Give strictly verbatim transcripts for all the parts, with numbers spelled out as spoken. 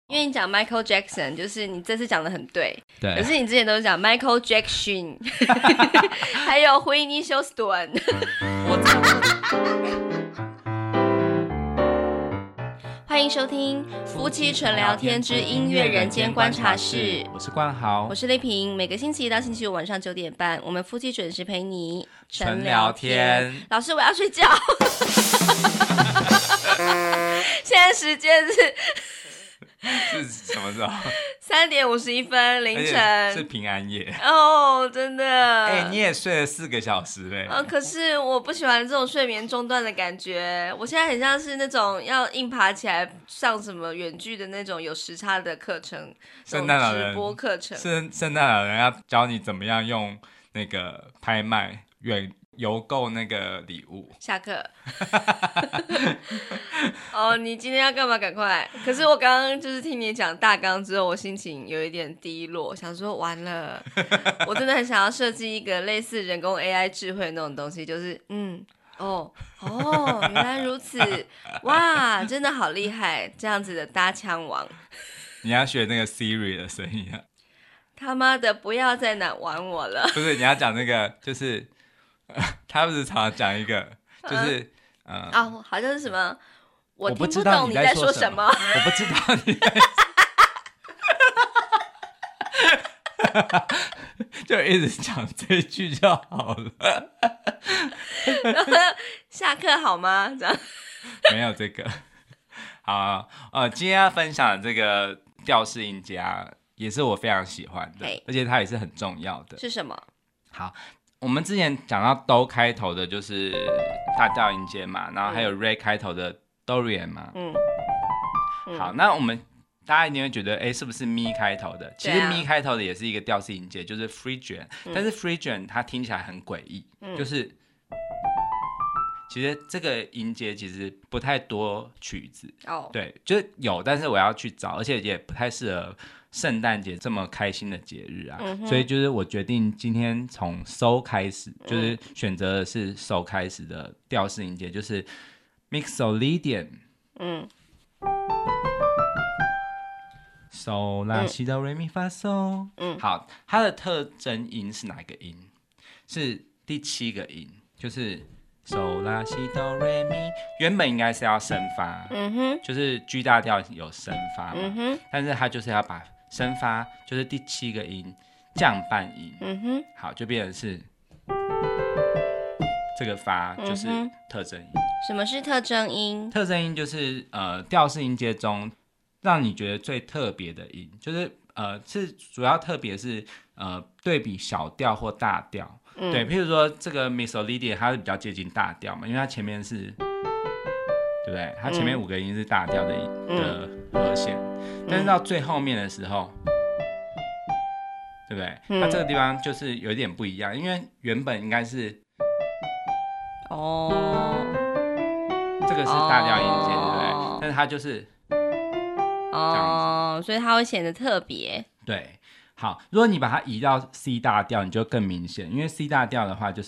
因为你讲 Michael Jackson， 就是你这次讲的很对， 对。 可是你之前都是讲 Michael Jackson， 还有 Whitney Houston。欢迎收听《夫妻纯聊天之音乐人间观察室》， 我是冠豪， 我是丽萍。每个星期一到星期五晚上九点半，我们夫妻准时陪你纯聊天。 老师，我要睡觉。现在时间是。 是什么时候？ 三点五十一分，凌晨是平安夜哦，真的。 哎、欸，你也睡了四个小时嘞。 啊、呃，可是我不喜欢这种睡眠中断的感觉。我现在很像是那种要硬爬起来上什么远距的那种有时差的课程， 圣诞老人直播课程。 是圣诞老人要教你怎么样用那个拍卖远邮购那个礼物。 下课。哦，你今天要干嘛？赶快！可是我刚刚就是听你讲大纲之后，我心情有一点低落，想说完了，我真的很想要设计一个类似人工 A I 智慧的那种东西，就是嗯，哦哦，原来如此，哇，真的好厉害，这样子的搭腔王。 你要学那个 Siri 的声音啊！ 他妈的，不要再难玩我了！ 不是，你要讲那个，就是。他不是常常讲一个，就是啊、呃哦，好像是什么，我听不懂你在说什么， 我不知道你在就一直讲这句就好了。 然后下课好吗？这样没有这个。好，呃，今天要分享的这个调式音阶啊，也是我非常喜欢的，而且它也是很重要的。 是什么？ 好。我们之前讲到哆开头的就是大调音阶嘛，然后还有 re 开头的 Dorian 嘛。嗯。好，那我们大家一定会觉得，哎，是不是咪开头的？其实咪开头的也是一个调式音阶，就是 Phrygian、嗯。但是 Phrygian 它听起来很诡异、嗯，就是其实这个音阶其实不太多曲子。哦。对，就是有，但是我要去找，而且也不太适合。圣诞节这么开心的节日啊、嗯，所以就是我决定今天从 So 开始、嗯，就是选择的是 So 开始的调式音阶，就是 Mixolydian。嗯。So 拉西哆瑞咪发嗦。嗯。好，它的特征音是哪个音？是第七个音，就是 So 拉西哆瑞咪，原本应该是要升发，嗯哼，就是 G 大调有升发嘛，嗯哼，但是它就是要把升发就是第七个音降半音，嗯哼，好，就变成是这个发就是特征音。 什么是特征音？ 特征音就是呃调式音阶中让你觉得最特别的音，就是呃是主要特别是呃对比小调或大调，嗯、对，譬如说这个 Mixolydian 它是比较接近大调嘛，因为它前面是，对不对？它前面五个音是大调的音、嗯、的和弦。但是到最后面的时候，嗯、对不对？嗯、它这个地方就是有一点不一样，因为原本应该是，哦，这个是大调音阶，哦、对不对？但是它就是这样子， 哦，所以它会显得特别。 对，好，如果你把它移到 C 大调，你就更明显，因为 C 大调的话就是。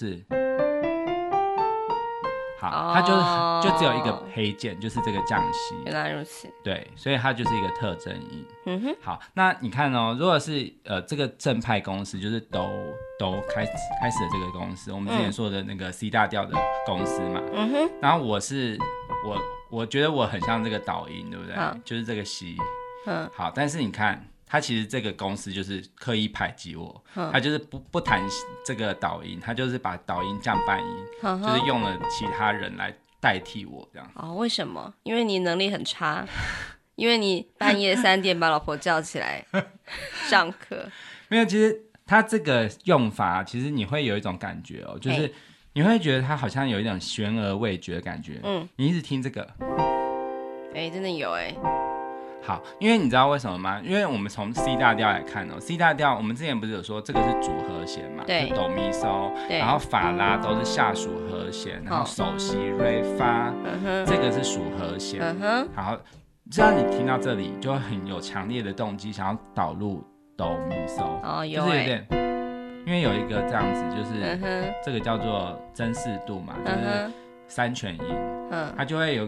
好，它就就只有一个黑键，就是这个降息。 原来如此。 对，所以它就是一个特征音。嗯哼。好，那你看哦，如果是呃这个正派公司，就是哆哆开始开始的这个公司，我们之前说的那个 C 大调的公司嘛。嗯哼。然后我是我我觉得我很像这个导音，对不对？就是这个西。嗯。好，但是你看。他其实这个公司就是刻意排挤我，嗯、他就是不不弹这个导音，他就是把导音降半音，嗯、就是用了其他人来代替我这样。 哦，为什么？因为你能力很差，因为你半夜三点把老婆叫起来上课。 没有，其实他这个用法，其实你会有一种感觉哦，就是你会觉得他好像有一种悬而未决的感觉。嗯，你一直听这个， 哎，真的有哎。 好，因为你知道为什么吗？因为我们从 C 大调来看哦 ，C 大调我们之前不是有说这个是主和弦嘛， 对， 哆咪嗦，然后法拉都是下属和弦，然后手西瑞发，嗯、这个是属和弦，嗯、好，只要你听到这里，就会很有强烈的动机想要导入哆咪嗦， 哦，有就是有点，因为有一个这样子，就是、嗯、这个叫做真四度嘛，就是三全音，嗯、它就会有一个。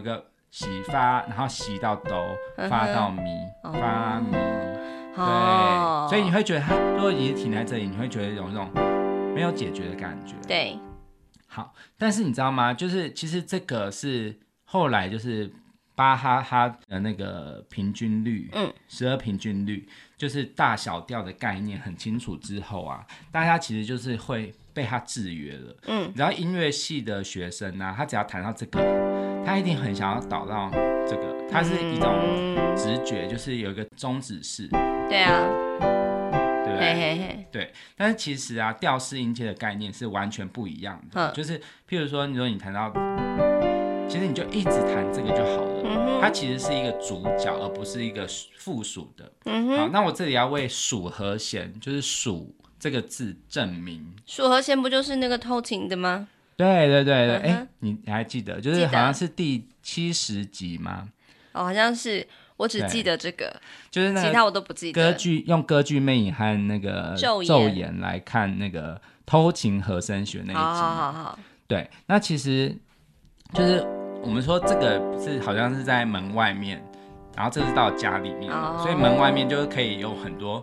洗发，然后洗到哆，发到咪， 嗯、 发咪，对、 哦， 所以你会觉得它如果一直停在这里，你会觉得有那种没有解决的感觉。 对， 好，但是你知道吗？就是其实这个是后来就是巴哈哈的那个平均律，嗯，十二平均律，就是大小调的概念很清楚之后啊，大家其实就是会被他制约了。嗯，你知道音乐系的学生啊，他只要谈到这个，他一定很想要导到这个，他是一种直觉，就是有一个终止式。 对啊。 对不对？ 嘿嘿嘿， 对，但是其实啊，调式音阶的概念是完全不一样的。就是譬如说，你说你弹到，其实你就一直弹这个就好了。嗯、它其实是一个主角，而不是一个附属的。嗯、好，那我这里要为属和弦，就是属这个字证明。 属和弦不就是那个偷情的吗？ 对对对对，哎、嗯，你你还记得？就是好像是第七十集吗？ 哦，好像是。我只记得这个， 就是那个其他我都不记得。 歌剧用歌剧魅影和那个昼颜来看那个偷情和声学那一集。好好好。对，那其实就是我们说这个是好像是在门外面，然后这是到家里面，哦、所以门外面就是可以有很多，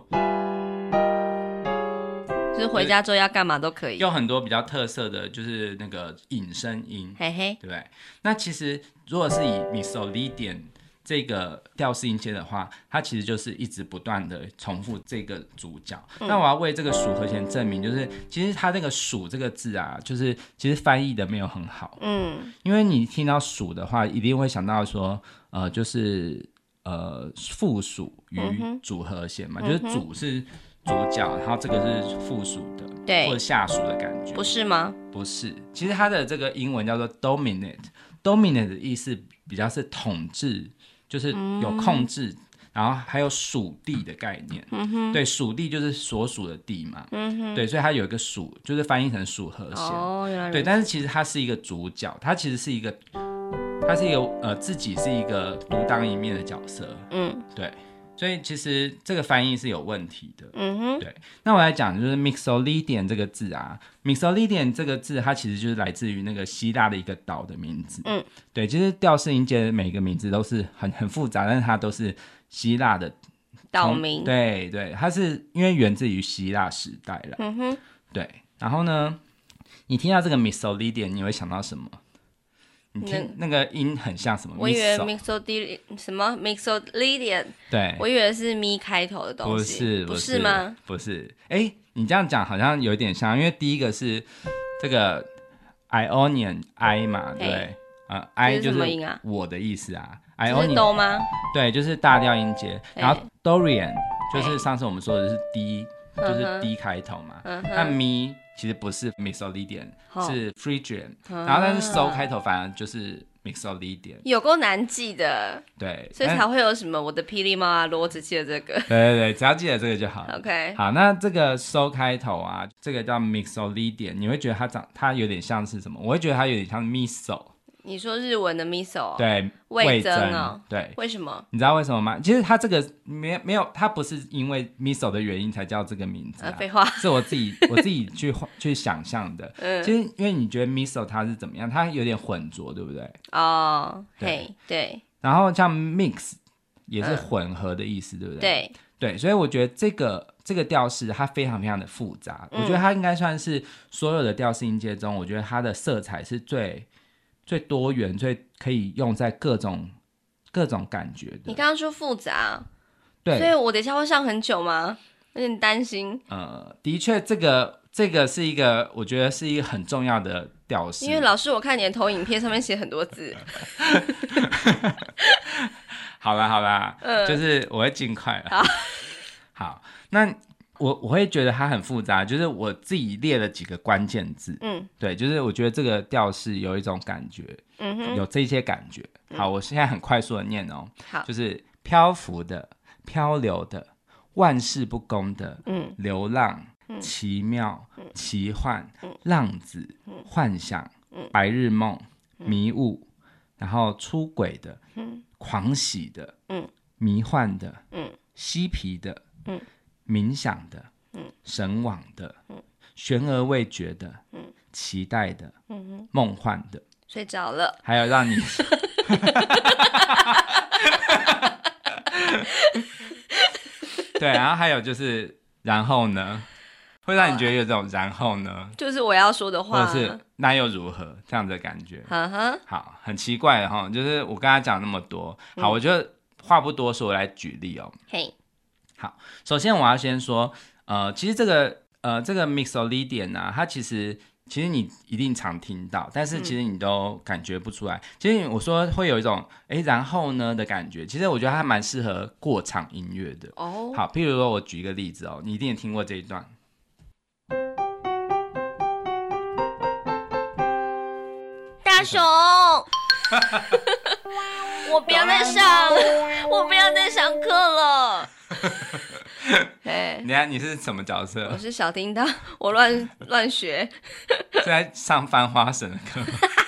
就是回家之后要干嘛都可以， 有很多比较特色的，就是那个引声音， 嘿嘿， 对不对？那其实如果是以 Mixolydian这个调式音阶的话，它其实就是一直不断的重复这个主角。嗯、那我要为这个属和弦证明，就是其实它这个属这个字啊，就是其实翻译的没有很好。嗯，因为你听到属的话，一定会想到说，呃，就是呃附属于主和弦嘛，嗯、就是主是主角，然后这个是附属的， 对， 或者下属的感觉， 不是吗？ 不是，其实它的这个英文叫做 dominate，dominate 的意思比较是统治。就是有控制，嗯、然后还有属地的概念。嗯、对，属地就是所属的地嘛。嗯、对，所以它有一个属，就是翻译成属和弦。哦，原来。对，但是其实它是一个主角，它其实是一个，它是一个呃自己是一个独当一面的角色。嗯，对，所以其实这个翻译是有问题的。嗯哼，对。那我来讲就是 Mixolydian 这个字啊 ，Mixolydian 这个字它其实就是来自于那个希腊的一个岛的名字。嗯，对，其实调式音阶的每个名字都是很很复杂，但是它都是希腊的岛名。 对对，它是因为源自于希腊时代了。嗯哼，对。然后呢，你听到这个 Mixolydian 你会想到什么？你听那个音很像什么？ 我以为 Mixolydian 什么 Mixolydian， 对， 我以为是咪开头的东西，不是， 不是吗？ 不是，哎，你这样讲好像有点像，因为第一个是这个 Ionian I 嘛，对不对？呃 ，I 就是我的意思啊。 Ionian 是哆吗？ 对，就是大调音阶。然后 Dorian 就是上次我们说的是 D， 就是 D 开头嘛。那咪其实不是 Mixolydian， 是 Phrygian， 然后但是 So 开头反而就是 Mixolydian， 有够难记的。 对， 所以才会有什么我的霹雳猫啊，罗只记得这个。 对对对，只要记得这个就好。 OK， 好，那这个 So 开头啊，这个叫 Mixolydian， 你会觉得它长它有点像是什么？我会觉得它有点像 Miso。 你说日文的 miso， 对， 味噌哦， 对， 为什么？ 你知道为什么吗？其实它这个没没有，它不是因为 miso 的原因才叫这个名字啊。 废话， 是我自己我自己去去想象的。嗯，其实因为你觉得 miso 它是怎么样？它有点混浊，对不对？ 哦，嘿，对。 然后像 mix 也是混合的意思，嗯、对不对？ 对对，所以我觉得这个这个调式它非常非常的复杂，嗯、我觉得它应该算是所有的调式音阶中，我觉得它的色彩是最。最多元，最可以用在各种各种感觉的。 你刚刚说复杂， 对， 所以我等一下会上很久吗？有点担心。 呃，的确，这个这个是一个，我觉得是一个很重要的调式。 因为老师，我看你的投影片上面写很多字。 好啦好啦，嗯、就是我会尽快了。好，好，那。我我会觉得它很复杂，就是我自己列了几个关键字，嗯，对，就是我觉得这个调式有一种感觉，嗯哼，有这些感觉。好，我现在很快速的念哦，好，就是漂浮的、漂流的、万事不公的、嗯，流浪、嗯、奇妙、嗯、奇幻、嗯、浪子、嗯、幻想、嗯、白日梦、嗯、迷雾，然后出轨的、嗯、狂喜的、嗯、迷幻的、嗯、嬉皮的、嗯。冥想的、嗯、神往的、嗯、悬而未决的、嗯、期待的、嗯、梦幻的， 睡着了， 还有让你对，然后还有就是然后呢，会让你觉得有这种然后呢， 就是我要说的话， 或者是那又如何这样的感觉。 呵呵， 好，很奇怪的哈，就是我刚才讲那么多，好，嗯、我觉得话不多说，我来举例哦。 嘿， 好，首先我要先说，呃，其实这个呃这个 mixolydian 啊，它其实其实你一定常听到，但是其实你都感觉不出来。嗯、其实我说会有一种哎然后呢的感觉，其实我觉得它蛮适合过场音乐的。哦，好，譬如说我举一个例子哦，你一定也听过这一段。 大雄，我不要再上，我不要再上课了。 哎，你看你是什么角色？ 我是小叮当，我乱乱学， 是在上翻花绳的课。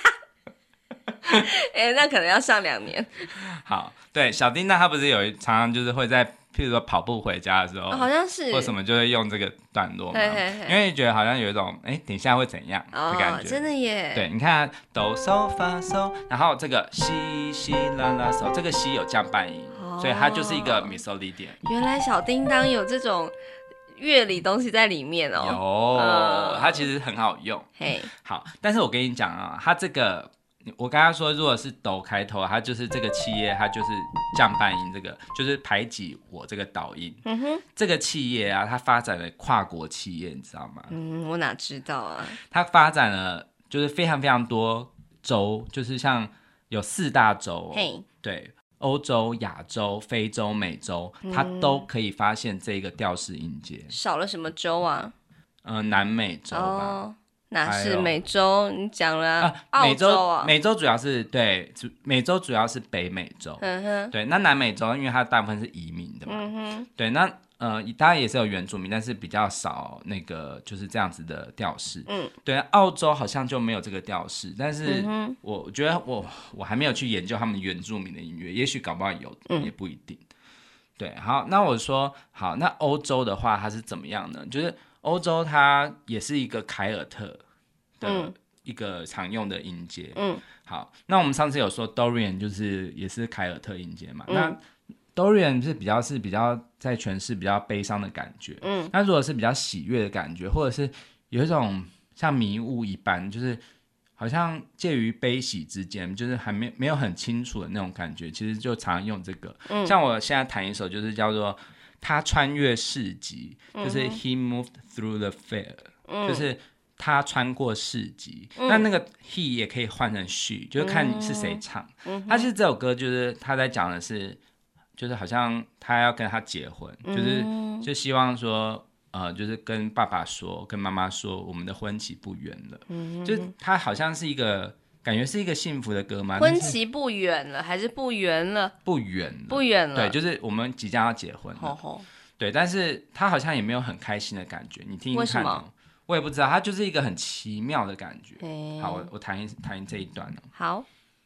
哎、欸，那可能要上两年。 好，对，小叮当他不是有常常就是会在，譬如说跑步回家的时候， 哦、好像是， 或什么就会用这个段落嘛， 嘿嘿嘿， 因为觉得好像有一种哎、欸，等一下会怎样的感觉、 哦，真的耶。 对，你看哆嗦发嗦，然后这个西西啦啦嗦，这个西有降半音，哦、所以它就是一个 mixolydian。 原来小叮当有这种乐理东西在里面哦。 有，呃、它其实很好用。 嘿， 好，但是我跟你讲啊，它这个。我刚刚说，如果是哆开头，它就是这个企业，它就是降半音，这个就是排挤我这个导音。嗯哼，这个企业啊，它发展了跨国企业，你知道吗？ 嗯，我哪知道啊？ 它发展了就是非常非常多州，就是像有四大洲、哦， Hey. 对，欧洲、亚洲、非洲、美洲，它都可以发现这个调式音阶。 少了什么洲啊？ 呃，南美洲吧。 Oh.哪是美洲？你讲了、啊、澳洲啊？ 美洲主要是对，美洲主要是北美洲。嗯哼，对，那南美洲因为它大部分是移民的嘛。嗯哼，对，那呃当然也是有原住民，但是比较少那个就是这样子的调式。嗯，对，澳洲好像就没有这个调式，但是我觉得我我还没有去研究他们原住民的音乐，也许搞不好有，嗯、也不一定。对，好，那我说好，那欧洲的话它是怎么样呢？就是欧洲它也是一个凯尔特的一个常用的音阶。嗯，好，那我们上次有说 Dorian 就是也是凯尔特音阶嘛。嗯、那 Dorian 是比较是比较在诠释比较悲伤的感觉。嗯，那如果是比较喜悦的感觉，或者是有一种像迷雾一般，就是好像介于悲喜之间，就是还没没有很清楚的那种感觉，其实就常用这个。嗯，像我现在弹一首就是叫做他穿越世纪，就是 He moved through the fair，嗯、就是他穿过世纪。嗯、那那个 He 也可以换成 She， 就是看是谁唱。嗯、他其实这首歌就是他在讲的是，就是好像他要跟他结婚，嗯、就是就希望说，呃，就是跟爸爸说，跟妈妈说，我们的婚期不远了。嗯、就是他好像是一个。感觉是一个幸福的歌吗？ 婚期不远了，还是不远了？ 不远了， 不远了。 对，就是我们即将要结婚了。吼吼对，但是他好像也没有很开心的感觉。你听听看、哦。为什么？我也不知道，他就是一个很奇妙的感觉。好，我我弹一弹这一段哦。 好。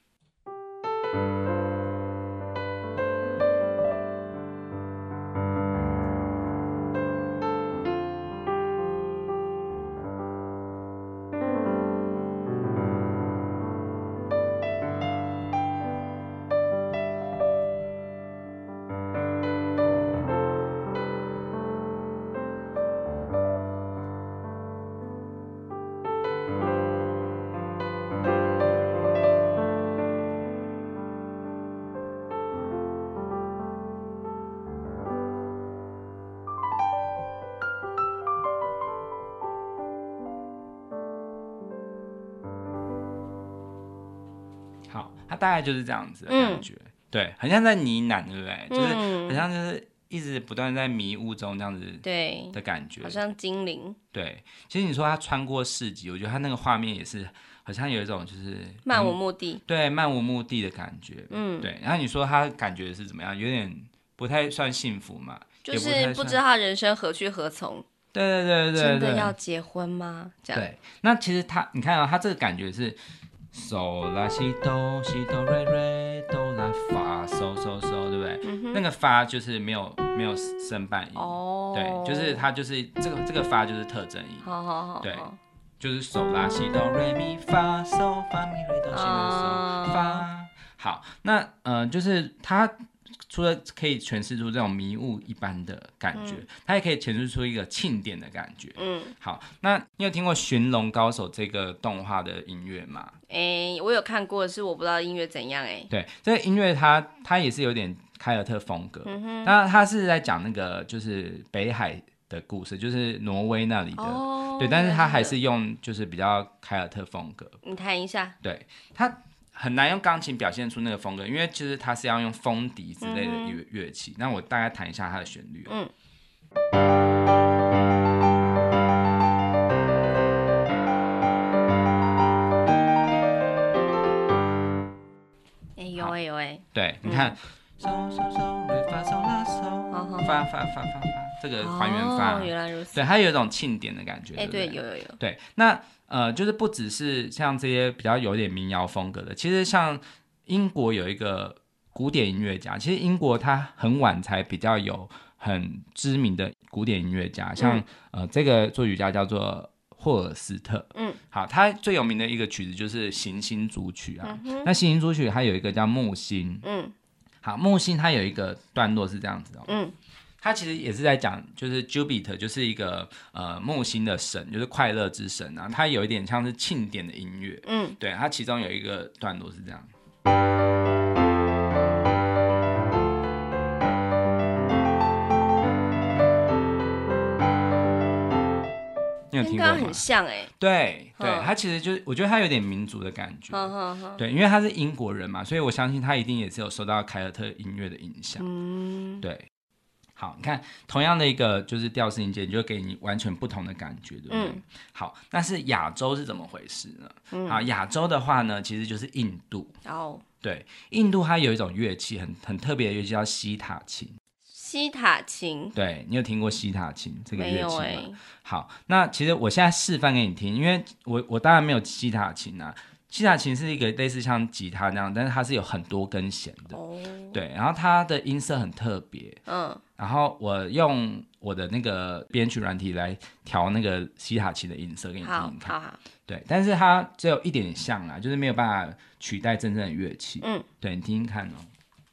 好，它大概就是这样子的感觉，嗯、对，很像在呢喃，对不对？嗯、就是很像就是一直不断在迷雾中这样子对的感觉， 好像精灵。 对，其实你说他穿过市集，我觉得他那个画面也是好像有一种就是漫无目的， 嗯、对，漫无目的的感觉，嗯，对。然后你说他感觉是怎么样？有点不太算幸福嘛， 就是不知道他人生何去何从。 对对对 对, 对， 真的要结婚吗？这样对。那其实他，你看啊、哦，他这个感觉是。嗦啦西哆西哆瑞瑞哆啦发嗦嗦嗦，对不对？嗯、那个发就是没有没有升半音，哦，对，就是它就是这个这个发就是特征音， 好好好， 对，就是嗦啦西哆瑞咪发嗦发咪瑞哆西啦嗦发， 好，那呃，就是它除了可以诠释出这种迷雾一般的感觉，嗯、它也可以诠释出一个庆典的感觉。嗯，好，那你有听过《寻龙高手》这个动画的音乐吗？ 哎，我有看过，是我不知道音乐怎样哎。 对，这个音乐它它也是有点凯尔特风格，嗯哼，那它是在讲那个就是北海的故事，就是挪威那里的，哦、对，但是它还是用就是比较凯尔特风格。 你弹一下。 对，它很难用钢琴表现出那个风格，因为其实它是要用风笛之类的乐乐器。嗯、那我大概弹一下它的旋律。嗯。 哎有哎有哎。 对，你看，嗦嗦嗦，瑞发嗦拉嗦，发发发发发，这个还原发。 哦，原来如此。 对，它有一种庆典的感觉。 哎，对，有有有。 对，那呃，就是不只是像这些比较有点民谣风格的，其实像英国有一个古典音乐家，其实英国它很晚才比较有很知名的古典音乐家，像、嗯、呃这个作曲家叫做霍尔斯特。嗯，好，他最有名的一个曲子就是《行星组曲》啊。嗯、那《行星组曲》它有一个叫木星。嗯，好，木星它有一个段落是这样子哦。嗯。他其实也是在讲，就是 Jupiter 就是一个呃木星的神，就是快乐之神啊。它有一点像是庆典的音乐，嗯，对，它其中有一个段落是这样。你有听过吗？ 跟刚刚很像哎、欸。 对对，他其实就是我觉得他有点民族的感觉，对，因为他是英国人嘛，所以我相信他一定也是有受到凯尔特音乐的影响，嗯，对。好，你看同样的一个就是调式音阶，就给你完全不同的感觉，对不对？嗯、好，但是亚洲是怎么回事呢？嗯、好，亚洲的话呢，其实就是印度。哦，对，印度它有一种乐器很很特别的乐器叫西塔琴。 西塔琴， 对，你有听过西塔琴这个乐器吗？ 没有欸。 好，那其实我现在示范给你听，因为我我当然没有西塔琴啊。西塔琴是一个类似像吉他那样，但是它是有很多根弦的，哦、对，然后它的音色很特别，嗯，然后我用我的那个编曲软体来调那个西塔琴的音色给你听听看，好好好，对，但是它只有一点点像啊，就是没有办法取代真正的乐器，嗯，对，你听听看哦。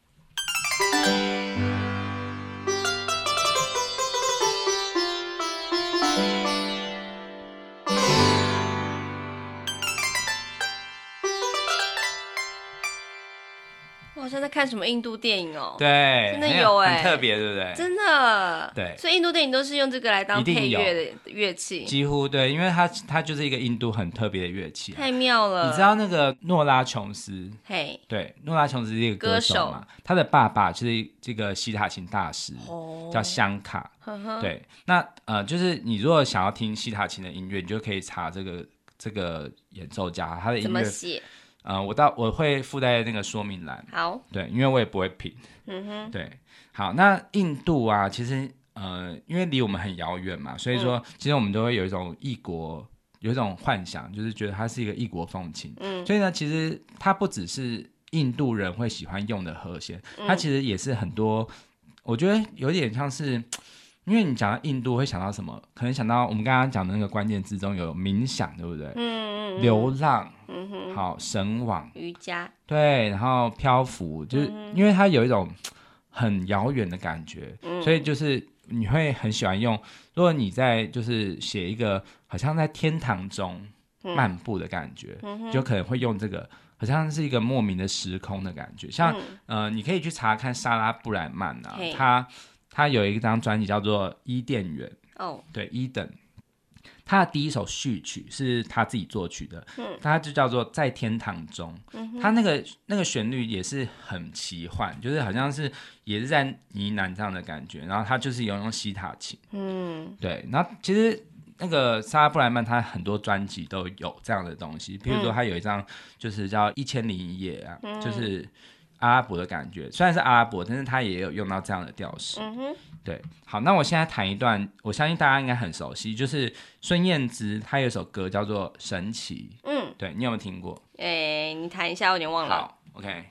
我好像在看什么印度电影哦， 对， 真的有哎、 欸，很特别，对不对？ 真的， 对， 所以印度电影都是用这个来当配乐的乐器， 几乎对，因为它它就是一个印度很特别的乐器， 太妙了。 你知道那个诺拉琼斯， 嘿， 对，诺拉琼斯是一个歌手嘛，他的爸爸就是这个西塔琴大师，哦、叫香卡，呵呵对，那呃，就是你如果想要听西塔琴的音乐，你就可以查这个这个演奏家，他的音乐怎么写？ 呃，我到我会附在那个说明栏。 好， 对，因为我也不会拼。嗯哼，对，好，那印度啊，其实呃，因为离我们很遥远嘛，所以说、嗯、其实我们都会有一种异国，有一种幻想，就是觉得它是一个异国风情。嗯，所以呢，其实它不只是印度人会喜欢用的和弦，它其实也是很多，我觉得有点像是。因为你讲到印度会想到什么？可能想到我们刚刚讲的那个关键字中有冥想，对不对？嗯嗯嗯。流浪，嗯哼，好，神往， 瑜伽， 对，然后漂浮，就是、嗯、因为它有一种很遥远的感觉，嗯、所以就是你会很喜欢用。如果你在就是写一个好像在天堂中漫步的感觉，嗯、就可能会用这个。好像是一个莫名的时空的感觉，像、嗯、呃，你可以去查看莎拉布莱曼啊，他。他有一张专辑叫做《伊甸园》哦，对，伊登，他的第一首序曲是他自己作曲的，嗯，他就叫做《在天堂中》，嗯，他那个那个旋律也是很奇幻，就是好像是也是在呢喃这样的感觉，然后他就是有用西塔琴，嗯，对，然后其实那个莎拉布莱曼他很多专辑都有这样的东西，比如说他有一张就是叫《一千零一夜》啊，嗯、就是。阿拉伯的感觉，虽然是阿拉伯，但是它也有用到这样的调式。嗯哼，对，好，那我现在弹一段，我相信大家应该很熟悉，就是孙燕姿她有一首歌叫做《神奇》。嗯，对你有没有听过？ 哎、欸，你弹一下，我有点忘了。 好 ，OK。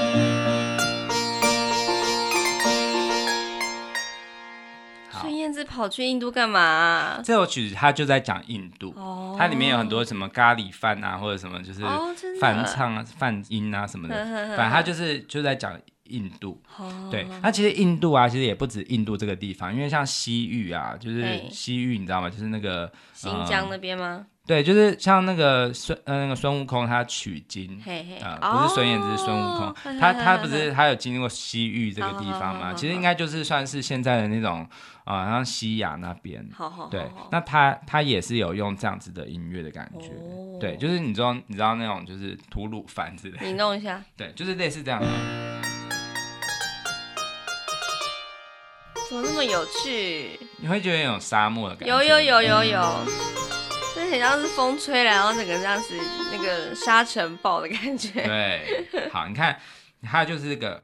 孙燕姿跑跑去印度干嘛、啊？ 这首曲子它就在讲印度，哦、它里面有很多什么咖喱饭啊，或者什么就是翻唱啊、泛音啊什么的，反正它就是就在讲印度。哦、对，那其实印度啊，其实也不止印度这个地方，因为像西域啊，就是西域你知道吗？就是那个新疆那边吗？ 呃对，就是像那个孙呃那个孙悟空他取经，嘿嘿呃不是孙燕姿，是孙悟空，哦、他他不是他有经历过西域这个地方吗？其实应该就是算是现在的那种啊、呃，像西亚那边。 好好好。 对，那他他也是有用这样子的音乐的感觉，哦、对，就是你知道你知道那种就是吐鲁番之类的。 你弄一下。 对，就是类似这样。 怎么那么有趣？ 你会觉得有沙漠的感觉。 有有有有有。就很像是风吹来，然后整个这样子那个沙尘暴的感觉。 对，好，你看，它就是这个，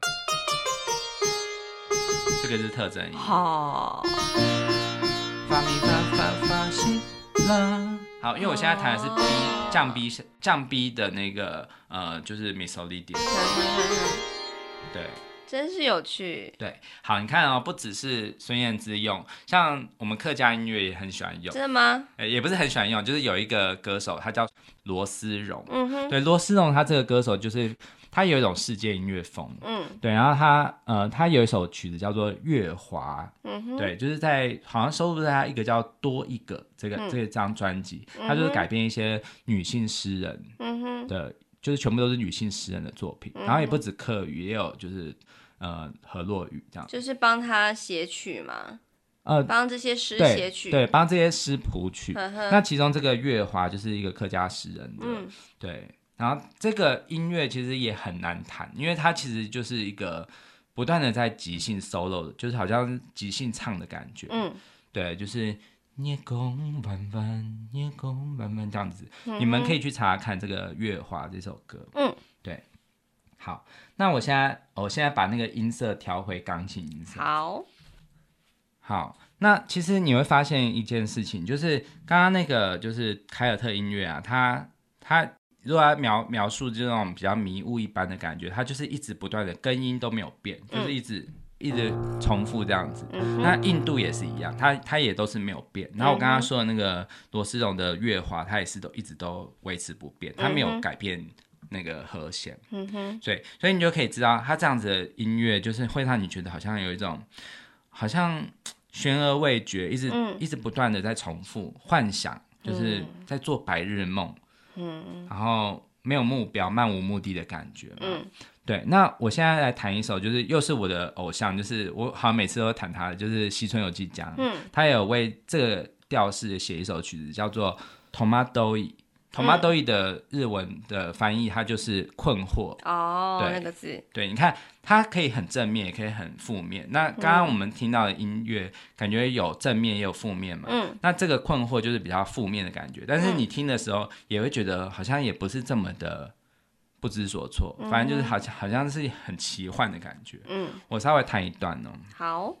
这个是特征音。好。发咪发发发西啦。好，因为我现在弹的是 B 降 B 降 B 的那个呃，就是 Missolidi。对。 真是有趣。 对，好，你看哦，不只是孙燕姿用，像我们客家音乐也很喜欢用。 真的吗？ 欸、也不是很喜欢用，就是有一个歌手，他叫罗思荣。嗯哼。对，罗思荣他这个歌手就是他有一种世界音乐风。嗯。对，然后他呃，他有一首曲子叫做《月华》。嗯哼。对，就是在好像收录在他一个叫《多一个》这个、嗯、这张专辑，他就是改编一些女性诗人的。嗯就是全部都是女性诗人的作品，嗯、然后也不止客语，也有就是呃河洛语这样， 就是帮他写曲嘛，呃，帮这些诗写曲， 对，帮这些诗谱曲。呵呵那其中这个月华就是一个客家诗人的，嗯、对，然后这个音乐其实也很难弹，因为它其实就是一个不断的在即兴 solo 的，就是好像即兴唱的感觉，嗯，对，就是。夜空弯弯，夜空弯弯，这样子，嗯、你们可以去查看这个《月华》这首歌。嗯，对。好，那我现在，我现在把那个音色调回钢琴音色。 好。 好，那其实你会发现一件事情，就是刚刚那个就是凯尔特音乐啊，它它如果要描描述这种比较迷雾一般的感觉，它就是一直不断的根音都没有变，嗯、就是一直。一直重复这样子，嗯、那印度也是一样，它它也都是没有变。然后我刚刚说的那个罗思荣的月华，它也是都一直都维持不变，它没有改变那个和弦。嗯哼，所以所以你就可以知道，它这样子的音乐就是会让你觉得好像有一种好像悬而未决，一直、嗯、一直不断的在重复幻想，就是在做白日梦。嗯，然后没有目标、漫无目的的感觉嘛。嗯。对，那我现在来弹一首，就是又是我的偶像，就是我好像每次都弹他的，就是西村由纪江，嗯，他也有为这个调式写一首曲子，叫做《Tomadoi》。Tomadoi 的日文的翻译，它就是困惑。 哦，对，那个字。 对，你看，它可以很正面，也可以很负面。那刚刚我们听到的音乐，嗯、感觉有正面也有负面嘛。嗯。那这个困惑就是比较负面的感觉，但是你听的时候也会觉得好像也不是这么的。不知所措，反正就是好像、嗯、好像是很奇幻的感觉。嗯，我稍微弹一段哦。 好。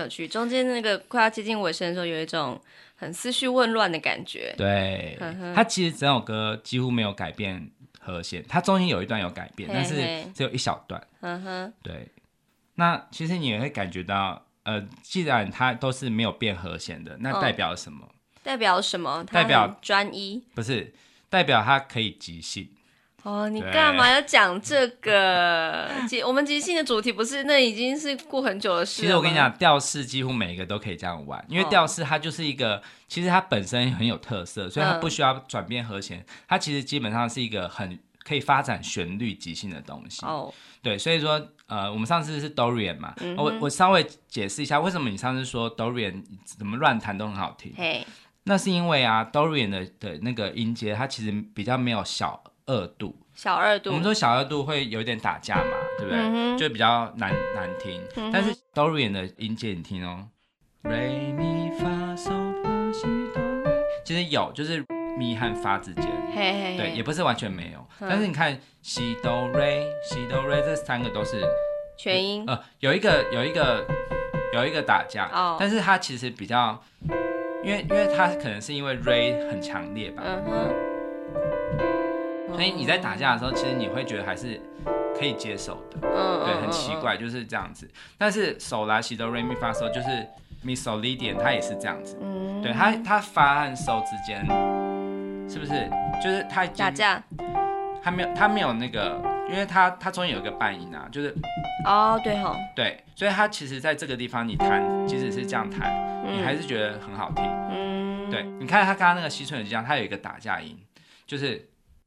有趣。中间那个快要接近尾声的时候，有一种很思绪混乱的感觉。 对，它其实整首歌几乎没有改变和弦，它中间有一段有改变，嘿嘿，但是只有一小段。嗯哼，对。那其实你也会感觉到，呃，既然它都是没有变和弦的，那代表什么？嗯、 代表什么？ 代表专一？ 不是，代表它可以即兴。 哦，你干嘛要讲这个？我们即兴的主题不是那已经是过很久的事了吗？ 其实我跟你讲，调式几乎每一个都可以这样玩，因为调式它就是一个，哦、其实它本身很有特色，所以它不需要转变和弦，嗯、它其实基本上是一个很可以发展旋律即兴的东西。哦，对，所以说，呃，我们上次是 Dorian 嘛，嗯、我我稍微解释一下，为什么你上次说 Dorian 怎么乱弹都很好听？嘿，那是因为啊 ，Dorian 的的那个音阶，它其实比较没有小二度， 小二度， 我们说小二度会有点打架嘛，对不对？嗯、就比较难难听。嗯、但是 Dorian 的音阶你聽哦，瑞咪发嗦拉西哆瑞，其實有就是咪和发之間，嘿嘿嘿，对，也不是完全沒有。嗯、但是你看西哆瑞、西哆瑞這三個都是全音， 呃，有一個有一個有一個打架，哦、但是它其實比較，因為因為它可能是因為 Ray 很強烈吧。嗯哼，所以你在打架的時候，其實你會覺得還是可以接受的，嗯、對，很奇怪，就是這樣子。但是手拉西哆瑞咪發嗦就是 mi sol li 點，它也是這樣子，嗯、對，它它發和收之間，是不是？就是它打架， 它沒有它沒有那個，因為它它中間有一個半音啊，就是哦，對吼， 對，所以它其實在這個地方你彈，即使是這樣彈，嗯、你還是覺得很好聽，嗯，對，你看它剛剛那個西村有這樣，它有一個打架音，就是。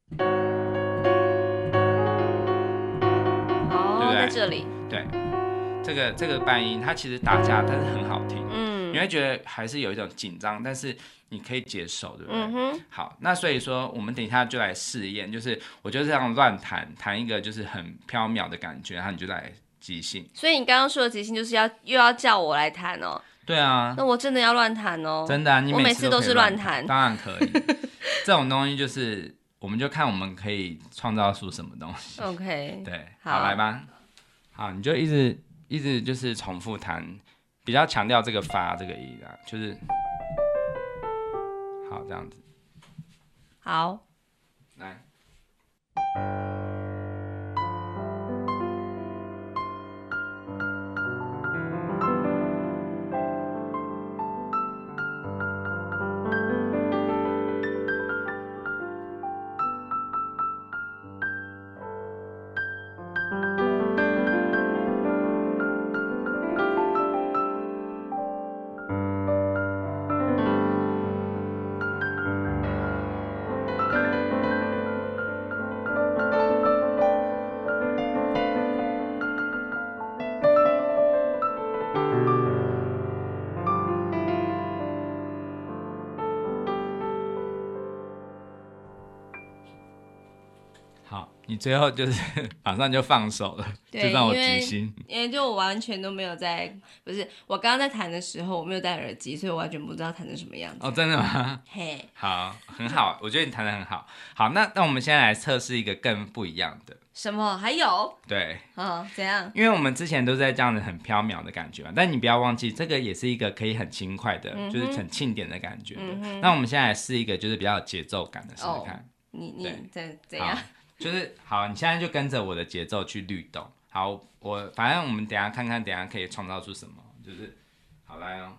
哦，對對在這裡， 對，這個這個半音它其實打架，但是很好聽，嗯，你會覺得還是有一種緊張，但是你可以接受，對不對？嗯哼，好，那所以說我們等一下就來試驗，就是我就這樣亂彈，彈一個就是很飄渺的感覺，然後你就來即興。 所以你剛剛說的即興就是要又要叫我來彈哦？ 對啊， 那我真的要亂彈哦？ 真的啊，你每次都是亂彈， 當然可以。這種東西就是我們就看我們可以創造出什麼東西。 OK， 對，好，好來吧。好，你就一直一直就是重複彈，比較強調這個發這個音啊，就是好這樣子。 好， 來。你最後就是馬上就放手了，就讓我即興。 因為就我完全都沒有在，不是我剛剛在彈的時候，我沒有戴耳機，所以我完全不知道彈成什麼樣子。 哦，真的嗎？嘿，好，很好，我覺得你彈得很好。好，那那我們現在來測試一個更不一樣的。 什麼？還有？ 對。 哦，怎樣？ 因為我們之前都在這樣子很飄渺的感覺嘛，但你不要忘記，這個也是一個可以很輕快的，嗯、就是很慶典的感覺的。嗯、那我們現在來試一個就是比較有節奏感的試試看。哦、你你怎怎樣？ 就是好，你現在就跟着我的節奏去律動。好，我反正我們等一下看看，等一下可以創造出什麼，就是好來哦。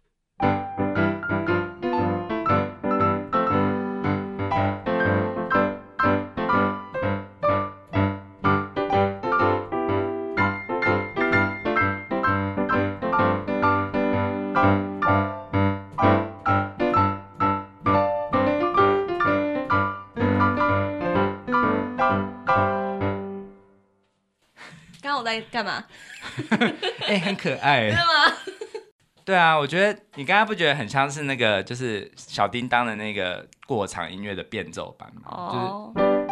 我在幹嘛？ 哎、欸，很可愛， 真的嗎？ 對啊，我覺得你剛剛不覺得很像是那個，就是小叮當的那個過場音樂的變奏版嗎？哦，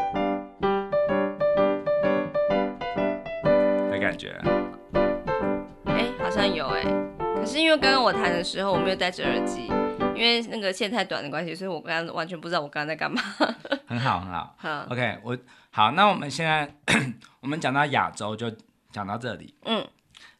就是的感覺。 哎、欸，好像有哎、欸，可是因為剛剛我彈的時候我沒有戴着耳機，因為那個線太短的關係，所以我剛剛完全不知道我剛剛在幹嘛。 很好，很好。好 ，OK， 我好，那我們現在我們講到亞洲就。講到這裡，嗯，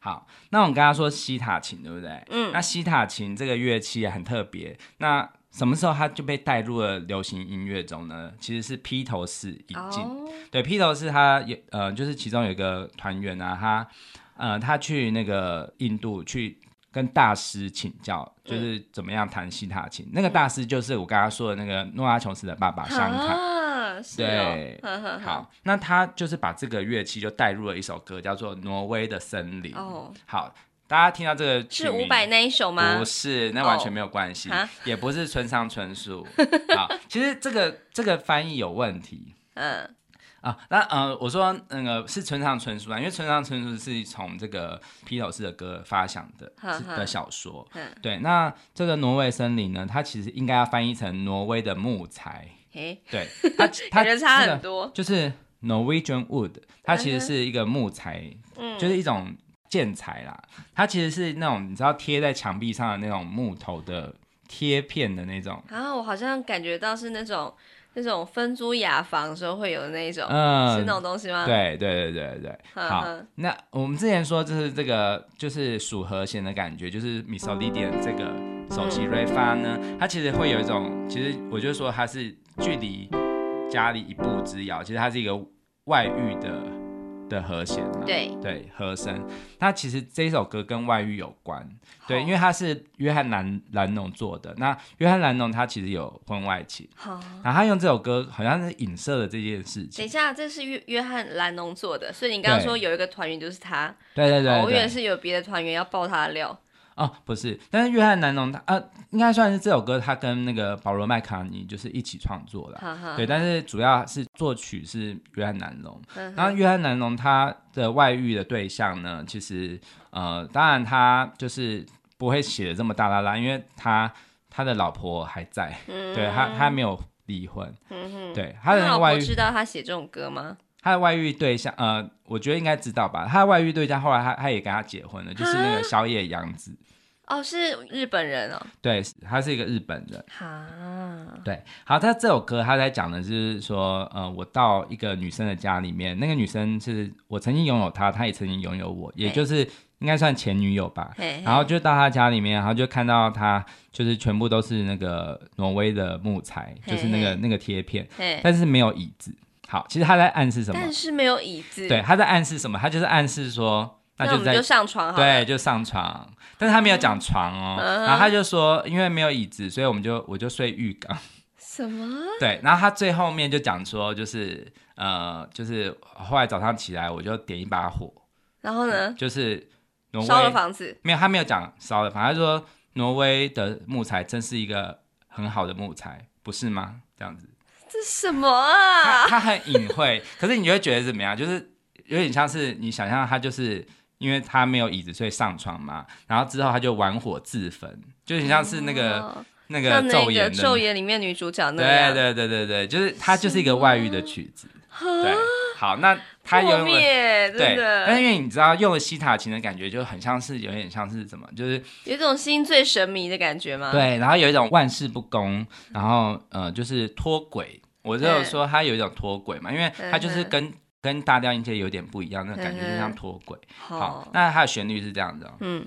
好，那我们刚刚说西塔琴对不对？ 嗯， 那西塔琴这个乐器很特别，那什么时候它就被带入了流行音乐中呢？其实是披头士引进。哦、对，披头士他呃，就是其中有一个团员啊，他呃他去那个印度去跟大师请教，就是怎么样弹西塔琴。嗯、那个大师就是我刚刚说的那个诺阿琼斯的爸爸香凯。 啊， 对， 呵呵呵好，那他就是把这个乐器就带入了一首歌，叫做《挪威的森林》。哦，好。大家听到这个曲名是伍佰那一首吗？ 不是，那完全没有关系， oh. 也不是村上春树。好，其实这个这个翻译有问题。嗯啊，那呃，我说那个是村上春树啊，因为村上春树是从这个披头士的歌发想的的小说。对，那这个挪威森林呢，它其实应该要翻译成挪威的木材。欸、对，它它感觉差很多， 就是 Norwegian wood， 它其实是一个木材，嗯、就是一种建材啦。它其实是那种你知道贴在墙壁上的那种木头的贴片的那种。 啊，我好像感觉到是那种那种分租雅房的时候会有的那一种，嗯，是那种东西吗？ 对对对对对。好，那我们之前说就是这个就是属和弦的感觉，就是 Misolidian 这个首席瑞发呢，它其实会有一种，其实我就说它是距离家里一步之遥，其实它是一个外遇的的和弦嘛， 对对，和声。它其实这首歌跟外遇有关，对，因为它是约翰兰兰农做的。那约翰兰农他其实有婚外情，然后他用这首歌好像是影射了这件事情。 等一下，这是 约, 约翰兰农做的，所以你刚刚说有一个团员就是他， 对对 对, 对、哦， 我以为是有别的团员要爆他的料。 哦，不是，但是约翰南农他呃，应该算是这首歌他跟那个保罗麦卡尼就是一起创作的，对，但是主要是作曲是约翰南农。然后约翰南农他的外遇的对象呢，其实呃，当然他就是不会写的这么大啦啦，因为他他的老婆还在，嗯、对他他没有离婚，嗯、对他的外遇。 他老婆知道他写这种歌吗？ 他的外遇对象，呃，我觉得应该知道吧。他的外遇对象后来他他也跟他结婚了，就是那个小野洋子。 哦，是日本人哦。 对，他是一个日本人。哈，对，好，他这首歌他在讲的就是说，呃，我到一个女生的家里面，那个女生是我曾经拥有她，她也曾经拥有我，也就是应该算前女友吧。然后就到她家里面，然后就看到她就是全部都是那个挪威的木材，就是那个那个贴片，但是没有椅子。好，其实他在暗示什么？ 但是没有椅子。 对，他在暗示什么？他就是暗示说，那就在那我们就上床好了。 对，就上床。但是他没有讲床哦，嗯、然后他就说，因为没有椅子，所以我们就我就睡浴缸。 什么？ 对，然后他最后面就讲说，就是呃，就是后来早上起来，我就点一把火。 然后呢？ 就是挪威烧了房子。 没有，他没有讲烧了房子，他说挪威的木材真是一个很好的木材，不是吗？这样子。 这什么啊？ 他, 他很隐晦，可是你就会觉得怎么样？就是有点像是你想象他就是因为他没有椅子，所以上床嘛，然后之后他就玩火自焚，就很像是那个、哦、那个咒言的咒言里面女主角那样。 对对对对对，就是他就是一个外遇的曲子。对，好，那他用了对， 但是因为你知道用了西塔琴的感觉，就很像是有点像是什么，就是有一种心醉神迷的感觉吗？ 对，然后有一种万事不公，然后呃就是脱轨。我就有说他有一种脱轨嘛，因为他就是跟跟大调音阶有点不一样，那感觉就像脱轨。好，那它的旋律是这样的、哦，嗯。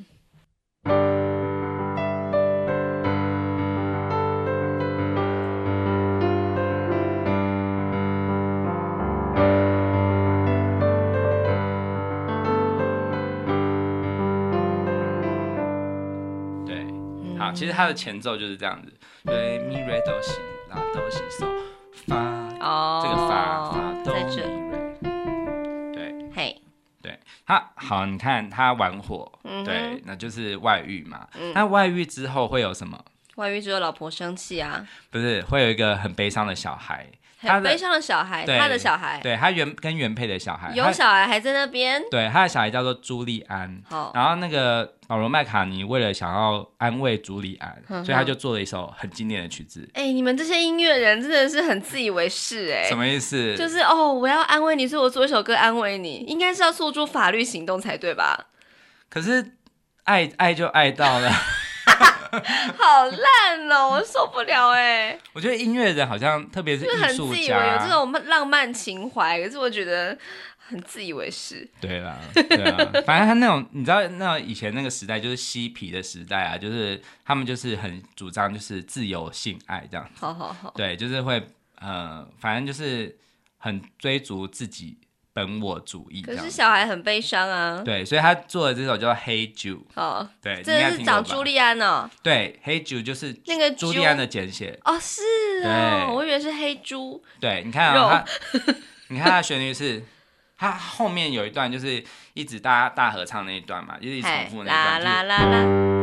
对，好，其实它的前奏就是这样子，对，咪瑞哆西拉哆西嗦。发、哦、这个发发哆咪瑞，对， 嘿， 对，他好，你看他玩火，嗯、对，那就是外遇嘛。嗯、那外遇之后会有什么？ 外遇之后老婆生气啊？ 不是，会有一个很悲伤的小孩。 很悲伤的小孩，他的小孩， 对，他原跟原配的小孩， 有小孩还在那边。 对，他的小孩叫做朱利安。好，然后那个保罗麦卡尼为了想要安慰朱利安，呵呵所以他就做了一首很经典的曲子。 哎、欸，你们这些音乐人真的是很自以为是哎、欸。 什么意思？ 就是哦，我要安慰你，所以我做一首歌安慰你，应该是要诉诸法律行动才对吧？ 可是爱爱就爱到了。 好烂哦，我受不了哎、欸！ 我觉得音乐人好像特别是艺术家， 很自以为有这种浪漫情怀，可是我觉得很自以为是。 对啦，对啊，反正他那种你知道，那种以前那个时代就是嬉皮的时代啊，就是他们就是很主张就是自由性爱这样子。 好好好， 对，就是会呃，反正就是很追逐自己本我主义这样子。 可是小孩很悲伤啊。 对，所以他做的这首叫《Hey Jude》。 好， 对， 真的是长朱利安哦。 对，《Hey Jude》就是那个朱利安的简写。 哦，是哦，我以为是黑猪。 对，你看啊，他你看他的旋律是。他后面有一段就是一直大大合唱那一段嘛，就是一直重复那一段， 啦啦啦啦，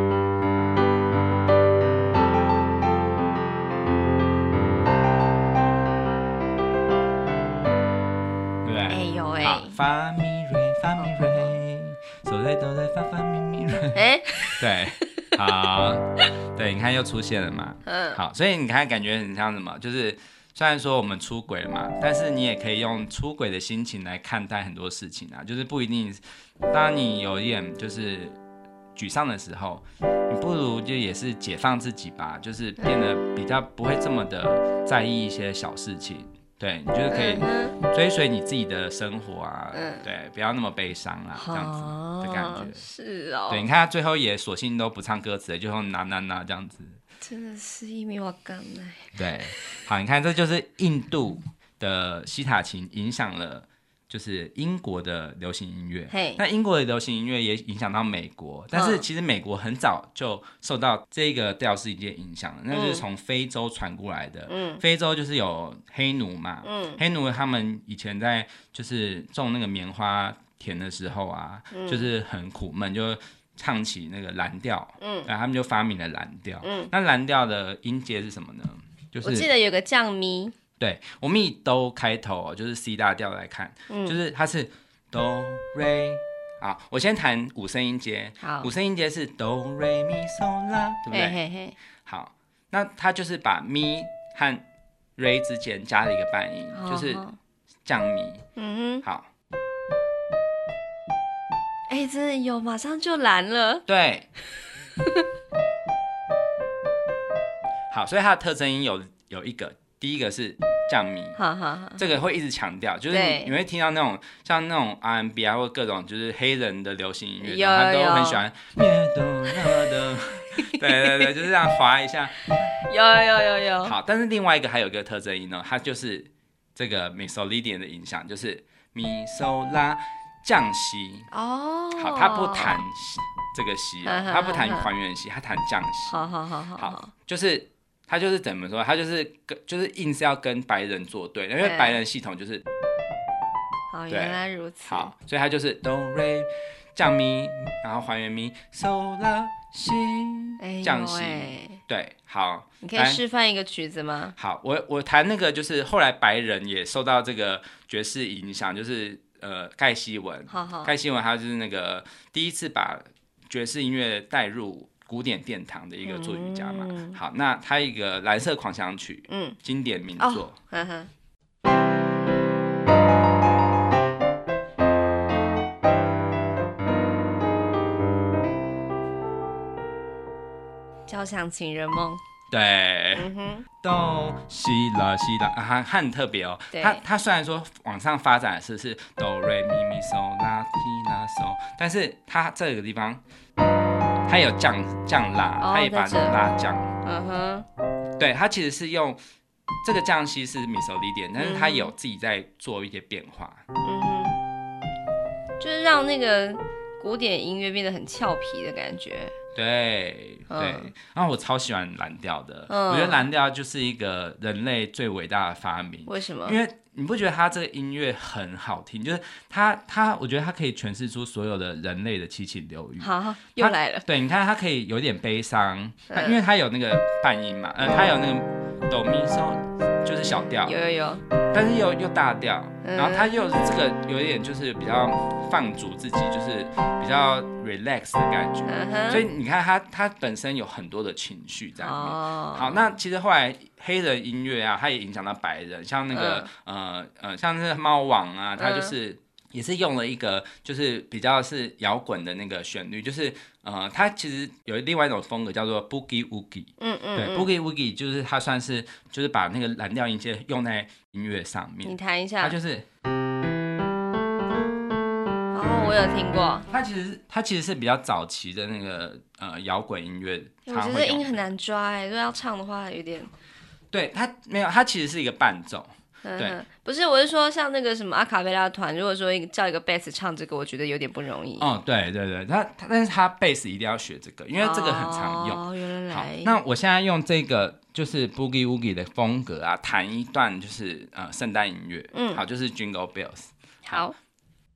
对不对？ 哎呦哎， 好，发咪瑞发咪瑞，手在哆在发发咪咪瑞。 哎， 对，好，对，你看又出现了嘛。 嗯， 好，所以你看感觉很像什么，就是。虽然说我们出轨了嘛，但是你也可以用出轨的心情来看待很多事情啊，就是不一定，当你有一点就是沮丧的时候，你不如就也是解放自己吧，就是变得比较不会这么的在意一些小事情，对你就是可以追随你自己的生活啊，嗯、对，不要那么悲伤啊，这样子的感觉。 是哦， 对，你看他最后也索性都不唱歌词了，就用呐呐呐这样子。 真的是一米瓦干呢。 对，好，你看这就是印度的西塔琴影响了，就是英国的流行音乐。 Hey. 那英国的流行音乐也影响到美国，但是其实美国很早就受到这个调式音乐影响了，那就是从非洲传过来的。嗯，非洲就是有黑奴嘛，嗯，黑奴他们以前在就是种那个棉花田的时候啊，嗯、就是很苦闷，就。唱起那个蓝调，嗯，然后他们就发明了蓝调，嗯，那蓝调的音阶是什么呢？就是我记得有个降咪， 对，我们以哆开头、哦，就是 C 大调来看，嗯，就是它是哆瑞，好，我先弹五声音阶，好，五声音阶是哆瑞咪嗦啦，对不对？嘿嘿嘿，好，那它就是把咪和瑞之间加了一个半音，哦、就是降咪，嗯哼，好。 哎、欸，真的有，马上就蓝了。 对，好，所以它的特征音有有一个，第一个是降咪，好好好，这个会一直强调，就是 你, 你会听到那种像那种 R and B 啊，或各种就是黑人的流行音乐，他都很喜欢。对对对，就是这样滑一下。 有有有有。 好，但是另外一个还有一个特征音呢，它就是这个 Mixolydian 的影响，就是咪嗦拉。降西哦，好，他不弹这个西、哦，他不弹还原西，他弹降西。 好好好好好，就是他就是怎么说，他就是跟就是硬是要跟白人作对，因为白人系统就是。 好，原来如此。 好，所以他就是哆瑞降咪，然后还原咪嗦拉西降西。对，好， 你可以示范一个曲子吗？ 好，我我弹那个就是后来白人也受到这个爵士影响，就是。呃，盖希文，好好盖希文他就是那个第一次把爵士音乐带入古典殿堂的一个作曲家嘛。嗯、好，那他一个蓝色狂想曲，嗯，经典名作。哦呵呵交响情人梦。 对，哆西拉西拉啊，它很特别哦。它它虽然说往上发展的是是哆瑞咪咪嗦拉提拉嗦，但是它这个地方它有降降拉，它也把拉降。嗯哼，对，它其实是用这个降西是 Mixolydian， 但是它有自己在做一些变化。嗯哼， 就是让那个古典音乐变得很俏皮的感觉。 对对、嗯，然后我超喜欢蓝调的、嗯，我觉得蓝调就是一个人类最伟大的发明。 为什么？ 因为你不觉得它这个音乐很好听？就是它它，我觉得它可以诠释出所有的人类的七情六欲。 好，又来了。对， 你看它可以有点悲伤，嗯、因为它有那个半音嘛，呃，它有那个哆咪嗦，就是小调， 有有有， 但是又又大调，嗯、然后它又这个有一点就是比较放逐自己，就是比较 relax 的感觉，嗯、所以你看它它本身有很多的情绪在里面。哦、好，那其实后来黑人音乐啊，它也影响到白人，像那个、嗯、呃呃，像是猫王啊，它就是。嗯也是用了一个就是比较是摇滚的那个旋律，就是呃，它其实有另外一种风格叫做 Boogie Woogie， 嗯嗯，对 ，Boogie Woogie 就是它算是就是把那个蓝调音阶用在音乐上面。 你弹一下， 它就是， 哦，我有听过。 它其实它其实是比较早期的那个呃摇滚音乐， 我觉得音很难抓哎，如果要唱的话有点。 对，它没有，它其实是一个伴奏。对， 嗯、不是，我是说像那个什么阿卡贝拉团，如果说叫一个贝斯唱这个，我觉得有点不容易。 哦，对对对，他他但是他贝斯一定要学这个，因为这个很常用。 哦，原来。 好，那我现在用这个就是 Boogie Woogie 的风格啊，弹一段就是呃圣诞音乐，嗯，好，就是 Jingle Bells。 好。好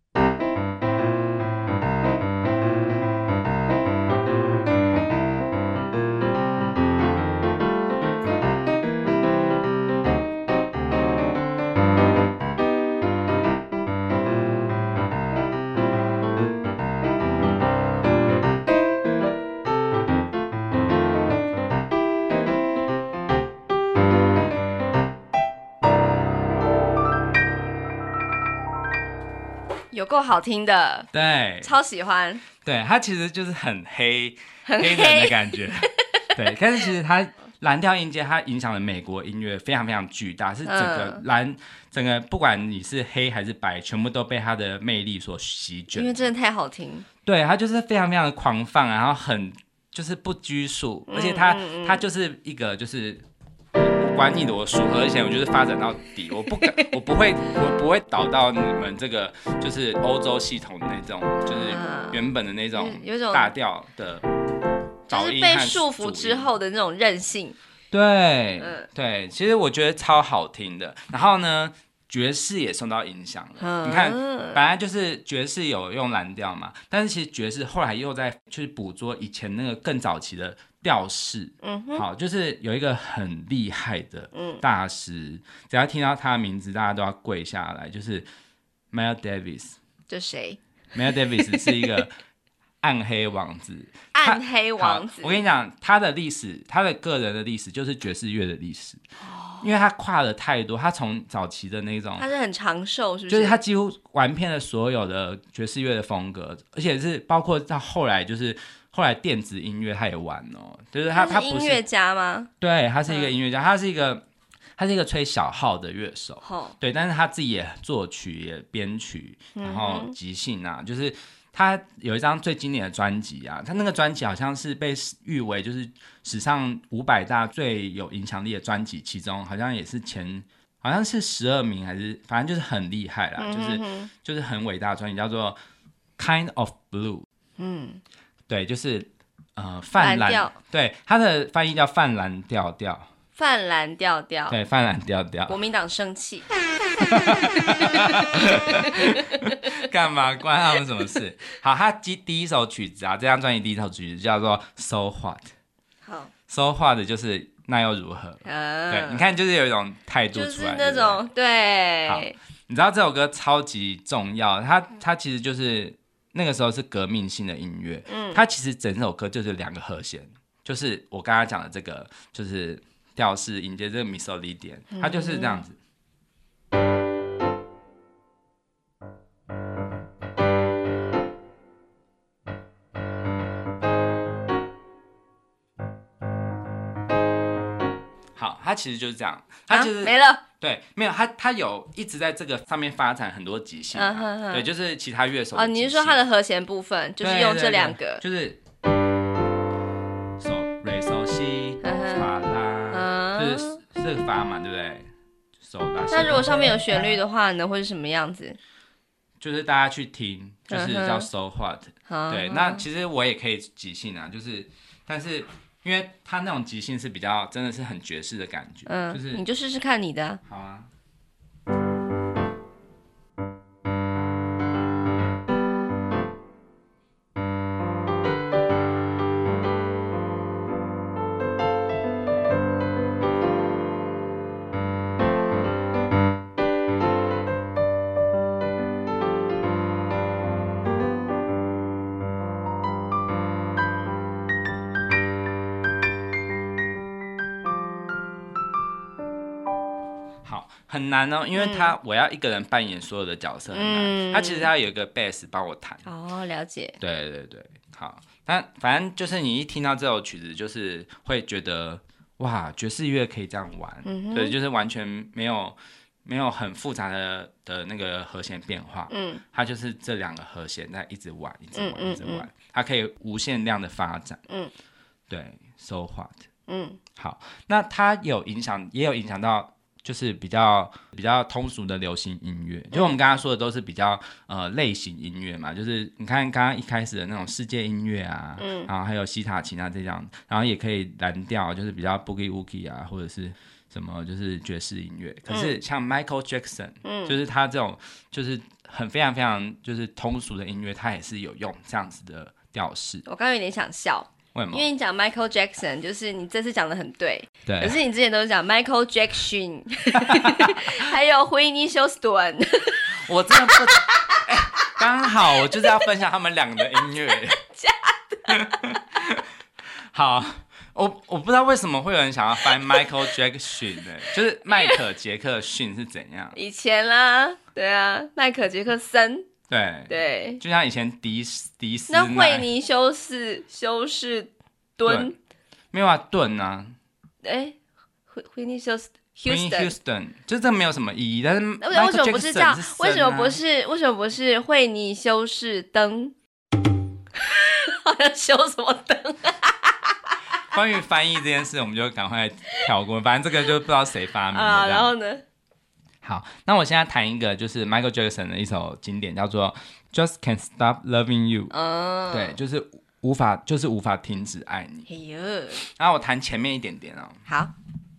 有够好听的， 对， 超喜欢。 对，它其实就是很黑、 很黑人的感觉。对，但是其实它蓝调音阶它影响了美国音乐非常非常巨大，是整个蓝、嗯、整个不管你是黑还是白，全部都被它的魅力所席卷。 因为真的太好听。 对，它就是非常非常的狂放，然后很就是不拘束，而且它、嗯嗯、它就是一个就是。管你的我数和弦，我就是发展到底，我不敢，我不会，我不会导到你们这个就是欧洲系统的那种，就是原本的那种大调的导音和主音，就是被束缚之后的那种韧性。 对，嗯、对，其实我觉得超好听的。然后呢，爵士也受到影响了。嗯、你看，本来就是爵士有用蓝调嘛，但是其实爵士后来又在去捕捉以前那个更早期的。调式，嗯，好，就是有一个很厉害的大师，嗯、只要听到他的名字，大家都要跪下来，就是 Miles Davis。 这谁 ？Miles Davis 是一个暗黑王子。 暗黑王子， 我跟你讲，他的历史，他的个人的历史就是爵士乐的历史。哦、因为他跨了太多，他从早期的那种， 他是很长寿，是不是？ 就是他几乎玩遍了所有的爵士乐的风格，而且是包括到后来就是。后来电子音乐他也玩哦，就是他他是音乐家吗？ 对，他是一个音乐家，嗯、他是一个他是一个吹小号的乐手，哦、对，但是他自己也作曲也编曲，然后即兴啊，嗯、就是他有一张最经典的专辑啊，他那个专辑好像是被誉为就是史上五百大最有影响力的专辑，其中好像也是前好像是十二名还是反正就是很厉害啦，嗯、就是就是很伟大的专辑，叫做 Kind of Blue， 嗯。对，就是呃泛蓝，对，它的翻译叫泛蓝调调。 泛蓝调调。 对，泛蓝调调。 国民党生气。 干嘛？关他们什么事？好，他第第一首曲子啊，这张专辑第一首曲子叫做 So What。好。So What 就是那又如何？嗯、对，你看，就是有一种态度出来， 就是那种 对, 对。 好，你知道这首歌超级重要，它它其实就是。那个时候是革命性的音乐，嗯，它其实整首歌就是两个和弦，就是我刚刚讲的这个，就是调式音阶这个 misolidian， 它就是这样子。好，它其实就是这样，它就是、 啊、没了。 对，没有，他他有一直在这个上面发展很多即兴、啊，嗯、哼哼对，就是其他乐手的即兴。 哦，你是说他的和弦部分，就是用这两个， 对对对就是手、瑞、手、西、发、拉，就是这个发嘛，对不对？手、拉。 那如果上面有旋律的话呢，会是什么样子？ 就是大家去听，就是叫 So What、嗯。对，那其实我也可以即兴啊，就是但是。因为他那种即兴是比较真的是很爵士的感觉，嗯，就是你就试试看你的、啊。 好啊。很难哦，因为他、嗯、我要一个人扮演所有的角色很难。嗯、他其实要有一个 bass 帮我弹。 哦，了解。 对对对，好。但反正就是你一听到这首曲子，就是会觉得哇，爵士乐可以这样玩。嗯、对，就是完全没有没有很复杂的的那个和弦变化，嗯，它就是这两个和弦在一直玩，一直玩，嗯、一直玩，它可以无限量的发展，嗯，对 ，so what， 嗯，好，那它有影响，也有影响到。就是比较比较通俗的流行音乐，就我们刚刚说的都是比较呃类型音乐嘛，就是你看刚刚一开始的那种世界音乐啊，嗯，然后还有西塔琴啊这样，然后也可以蓝调，就是比较 boogie woogie 啊，或者是什么就是爵士音乐。可是像 Michael Jackson，嗯，就是他这种就是很非常非常就是通俗的音乐，他也是有用这样子的调式。 我刚刚有点想笑。因为你讲 Michael Jackson， 就是你这次讲的很对， 对。 可是你之前都是讲 Michael Jackson， 还有 Whitney Houston。 我真的不，刚、欸、好我就是要分享他们两个的音乐。 假的。 好，我我不知道为什么会有人想要翻 Michael Jackson 的、欸，就是迈克杰克逊是怎样？ 以前啦，对啊，迈克杰克森。 对对， 就像以前迪迪斯那惠尼休斯休士敦没有啊，顿啊， 哎，惠尼休斯 Houston， 就这没有什么意义，但是为什么不是叫？为什么不是？为什么不是惠尼休士登？好像修什么灯？ 关于翻译这件事，我们就赶快跳过，反正这个就不知道谁发明的。 啊，然后呢？ 好，那我现在弹一个就是 Michael Jackson 的一首经典，叫做 Just Can't Stop Loving You。嗯，对，就是无法，就是无法停止爱你。哎呦，然后我弹前面一点点哦。 好。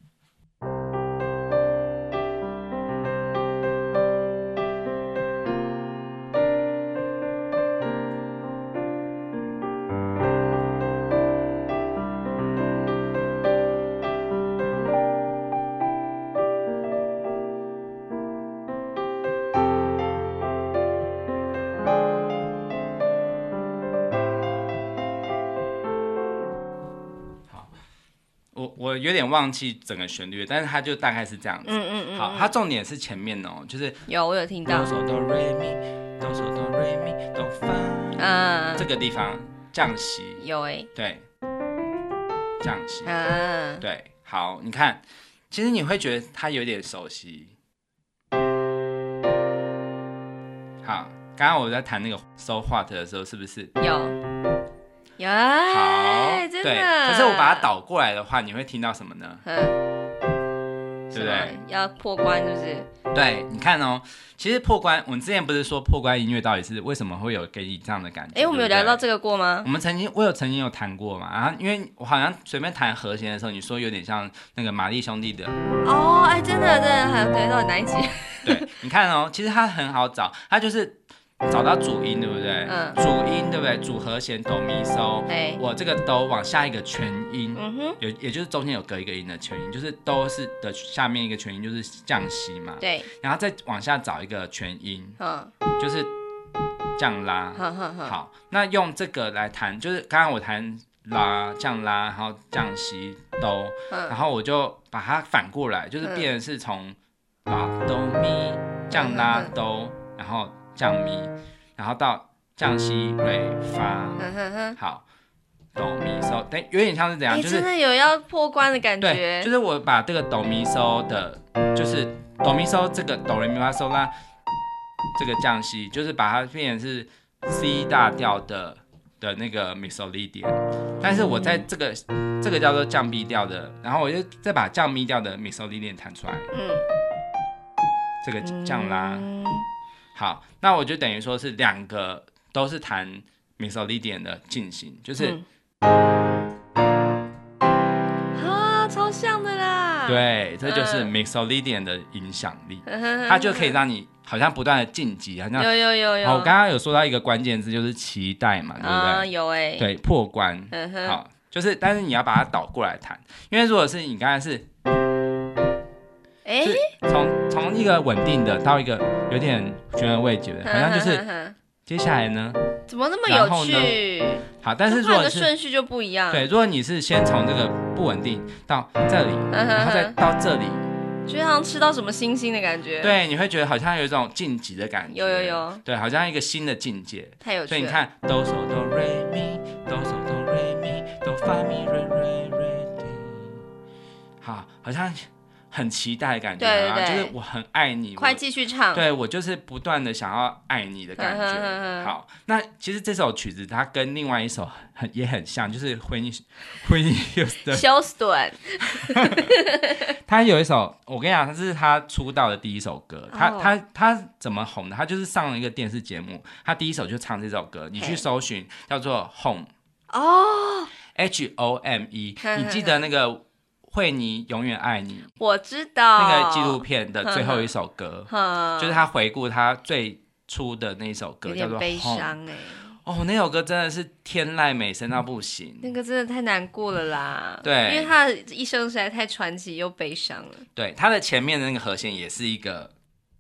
我有点忘记整个旋律，但是它就大概是这样子。嗯嗯嗯。好，它重点是前面哦，就是有我有听到。哆嗦哆瑞咪，哆嗦哆瑞咪哆发。嗯。这个地方降息。 有哎、欸。对。 降息。嗯。对，好，你看，其实你会觉得它有点熟悉。好，刚刚我在弹那个 So What 的时候，是不是？ 有。有好，真的。 对，可是我把它倒过来的话，你会听到什么呢？嗯，对不对？ 要破关是不是？ 对，你看哦，其实破关，我们之前不是说破关音乐到底是为什么会有给你这样的感觉？ 哎，我们有聊到这个过吗？ 我们曾经，我有曾经有弹过嘛，然后因为我好像随便弹和弦的时候，你说有点像那个玛丽兄弟的。 哦，哎，真的，真的，还有对，到底哪一集？ 对，你看哦，其实它很好找，它就是。找到主音对不对？嗯，主音对不对？主和弦哆咪嗦，我这个哆往下一个全音，嗯哼，也也就是中间有隔一个音的全音，就是哆是的下面一个全音就是降西嘛， 对， 然后再往下找一个全音，嗯，就是降拉，呵呵呵好，那用这个来弹，就是刚刚我弹拉降拉，然后降西哆，然后我就把它反过来，就是变成是从拉哆咪降拉哆，然后。降咪，然后到降西瑞发，好，哆咪嗦，等有点像是怎样，就是真的有要破关的感觉。 对，就是我把这个哆咪嗦的，就是哆咪嗦这个哆来咪发嗦拉，这个降西，就是把它变成是 C 大调的的那个 Mixolydian， 但是我在这个这个叫做降 B 调的，然后我就再把降咪调的 Mixolydian 弹出来，嗯，这个降拉。嗯好，那我就等于说是两个都是弹 Mixolydian 的进行，就是、 嗯、啊，超像的啦。 对，这就是 Mixolydian 的影响力，嗯、它就可以让你好像不断的晋级，好像有有有有。 好，我刚刚有说到一个关键字，就是期待嘛，对不对？ 啊，有哎、欸。 对，破关。嗯、好，就是但是你要把它倒过来弹，因为如果是你刚才是。 哎， 从从一个稳定的到一个有点悬而未决的，好像就是接下来呢， 怎么那么有趣？ 好，但是如果是顺序就不一样。 对，如果你是先从这个不稳定到这里，然后再到这里， 就像吃到什么星星的感觉。 对，你会觉得好像有一种晋级的感觉。 有有有。 对，好像一个新的境界。 太有趣了。 所以你看，哆嗦哆瑞咪，哆嗦哆瑞咪，哆发咪瑞瑞瑞滴，好，好像。 很期待的感觉， 对对对， 就是我很爱你， 快继续唱， 对我就是不断的想要爱你的感觉。好，那其实这首曲子它跟另外一首很也很像，就是 Whitney Houston， 他有一首，我跟你讲，他是他出道的第一首歌。他、oh. 他他怎么红的？他就是上了一个电视节目，他第一首就唱这首歌。你去搜寻叫做 Home， 哦、 oh.，H O M E， 你记得那个惠妮永远爱你？ 我知道那个纪录片的最后一首歌，就是他回顾他最初的那首歌，叫做 Home。有点悲伤哎。哦，那首歌真的是天籁美声到不行， 那个真的太难过了啦。 对， 因为他的一生实在太传奇又悲伤了。 对，他的前面的那个和弦也是一个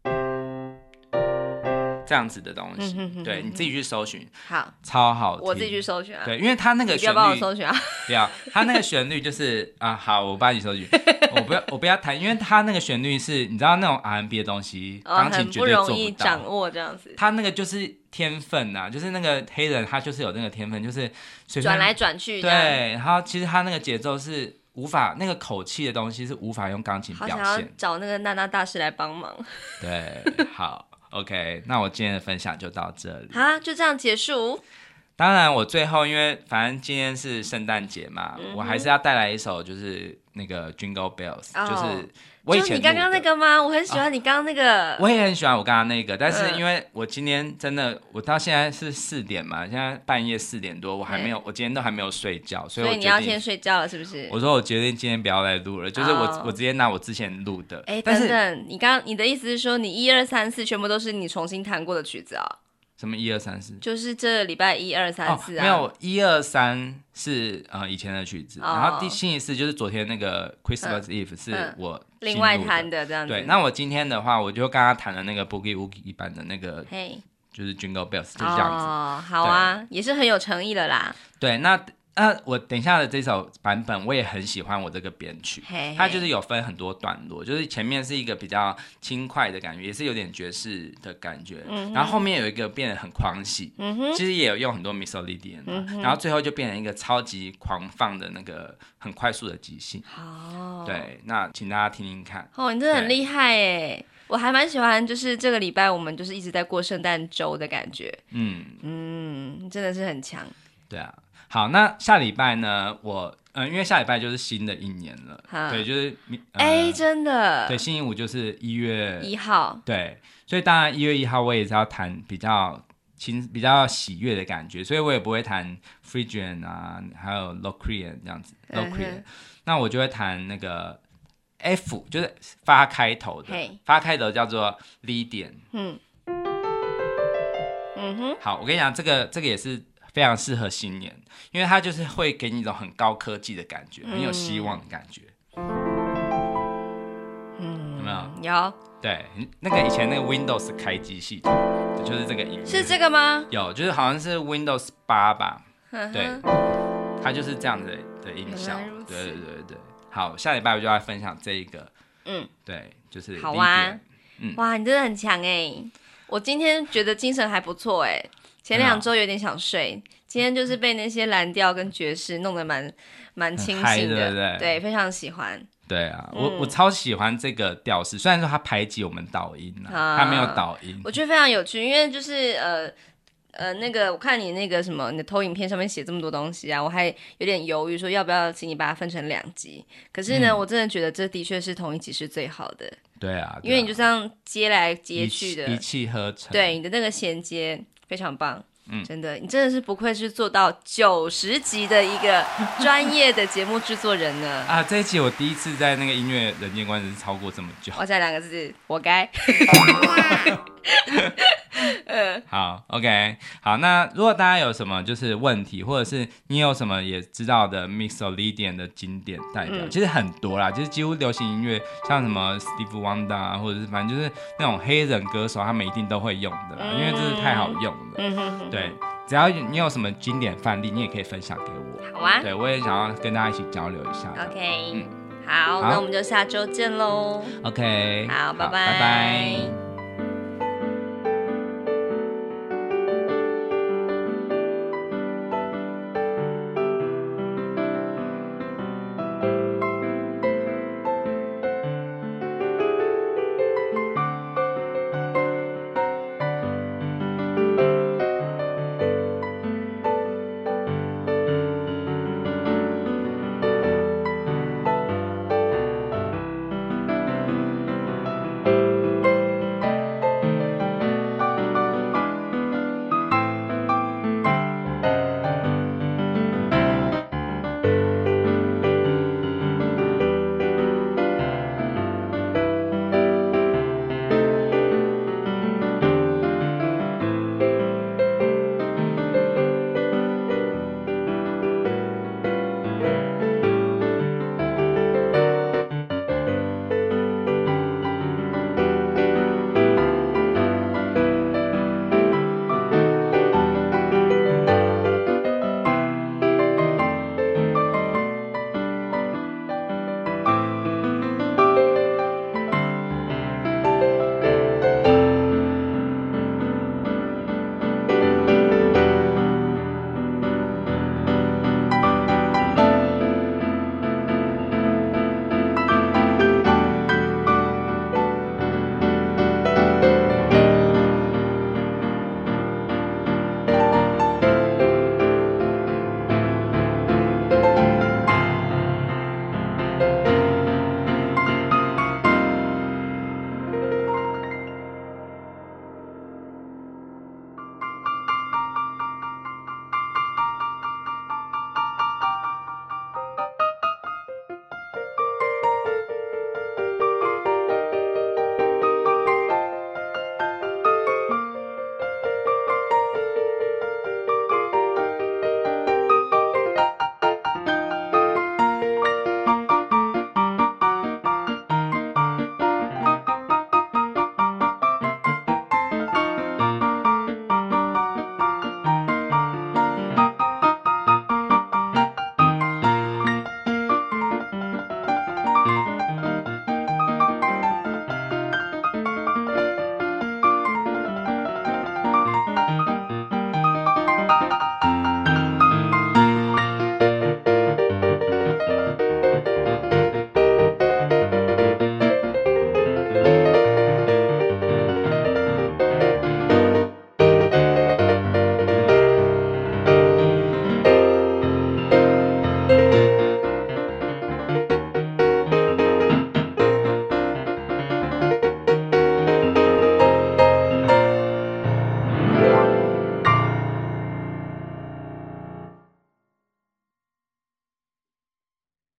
这样子的东西。嗯、哼哼哼对，你自己去搜寻， 好， 超好听。 我自己去搜寻啊。 对，因为他那个旋律， 你不要帮我搜寻啊。 不要，他那个旋律就是啊，好，我帮你搜寻。我不要，我不要弹，因为他那个旋律是，你知道那种 R and B 的东西，钢、哦、琴绝对做不到，很不容易掌握这样子。他那个就是天分呐、啊，就是那个黑人，他就是有那个天分，就是转来转去。 对，然后其实他那个节奏是无法，那个口气的东西是无法用钢琴表现。 好想要找那个娜娜大师来帮忙。 对，好 ，OK， 那我今天的分享就到这里。 啊，就这样结束。 当然，我最后因为反正今天是圣诞节嘛、嗯，我还是要带来一首就是那个 Jingle Bells，、哦、就是我以前就你刚刚那个吗？我很喜欢你刚刚那个、 哦，我也很喜欢我刚刚那个，但是因为我今天真的，我到现在是四点嘛，现在半夜四点多，我还没有，我今天都还没有睡觉，所以我所以你要先睡觉了，是不是？ 我说我决定今天不要来录了，就是我、哦、我直接拿我之前录的。 哎，等等，你刚你的意思是说，你一二三四全部都是你重新弹过的曲子啊、哦？ 什么一二三四？ 就是这礼拜一二三四啊。 没有，一二三是呃以前的曲子，哦、然后第星期四就是昨天那个 Christmas Eve、嗯、是我的另外弹的这样子。 对，那我今天的话，我就刚刚弹了那个 Boogie Woogie 版的那个，就是 Jingle Bells， 就是这样子。 哦，好啊，也是很有诚意的啦。 对，那。那我等一下的这首版本我也很喜欢，我这个编曲嘿嘿它就是有分很多段落，就是前面是一个比较轻快的感觉，也是有点爵士的感觉、嗯、然后后面有一个变得很狂喜、嗯、其实也有用很多 Mixolydian、嗯、然后最后就变成一个超级狂放的那个很快速的即兴、哦、对，那请大家听听看。 哦，你真的很厉害耶，我还蛮喜欢就是这个礼拜我们就是一直在过圣诞周的感觉。嗯嗯，真的是很强。 对啊，好，那下礼拜呢？我呃，因为下礼拜就是新的一年了，对，就是哎、呃欸，真的， 对，星期五就是一月一号， 对，所以当然一月一号我也是要弹比较轻、比较喜悦的感觉，所以我也不会弹 Phrygian 啊，还有 Locrian 这样子 ，Locrian，、嗯、那我就会弹那个 F， 就是发开头的，发开头叫做 Lydian， 嗯嗯哼，好，我跟你讲，这个这个也是。非常适合新年，因为它就是会给你一种很高科技的感觉，嗯、很有希望的感觉。嗯，有没有？ 有。 对，那个以前那个 Windows 开机系统，就是这个音乐。 是这个吗？ 有，就是好像是 Windows 八吧。对，它就是这样的的音效。对对对对。好，下礼拜我就要分享这一个。嗯，对，就是好啊。嗯，哇，你真的很强哎！我今天觉得精神还不错哎。前两周有点想睡，今天就是被那些蓝调跟爵士弄得蛮蛮清醒的， 对不对？ 对，非常喜欢。 对啊，嗯、我我超喜欢这个调式，虽然说它排挤我们导音啊，它没有导音， 我觉得非常有趣，因为就是呃呃那个我看你那个什么你的投影片上面写这么多东西啊，我还有点犹豫说要不要请你把它分成两集，可是呢、嗯，我真的觉得这的确是同一集是最好的。 对啊，对啊， 因为你就这样接来接去的， 一气呵成， 对你的那个衔接。非常棒，嗯，真的，你真的是不愧是做到九十集的一个专业的节目制作人呢。 啊，这一集我第一次在那个音乐人间观是超过这么久。 我讲两个字，活该。 呃，好 ，OK， 好，那如果大家有什么就是问题，或者是你有什么也知道的 Mixolydian 的经典代表、嗯，其实很多啦，就是几乎流行音乐，像什么 Steve Wonder 啊，或者是反正就是那种黑人歌手，他们一定都会用的啦，嗯、因为这是太好用了。嗯哼哼，对，只要你有什么经典范例，你也可以分享给我。 好啊， 对我也想要跟大家一起交流一下。 OK， 嗯，好，好，那我们就下周见喽。 OK， 好，拜拜， 拜拜。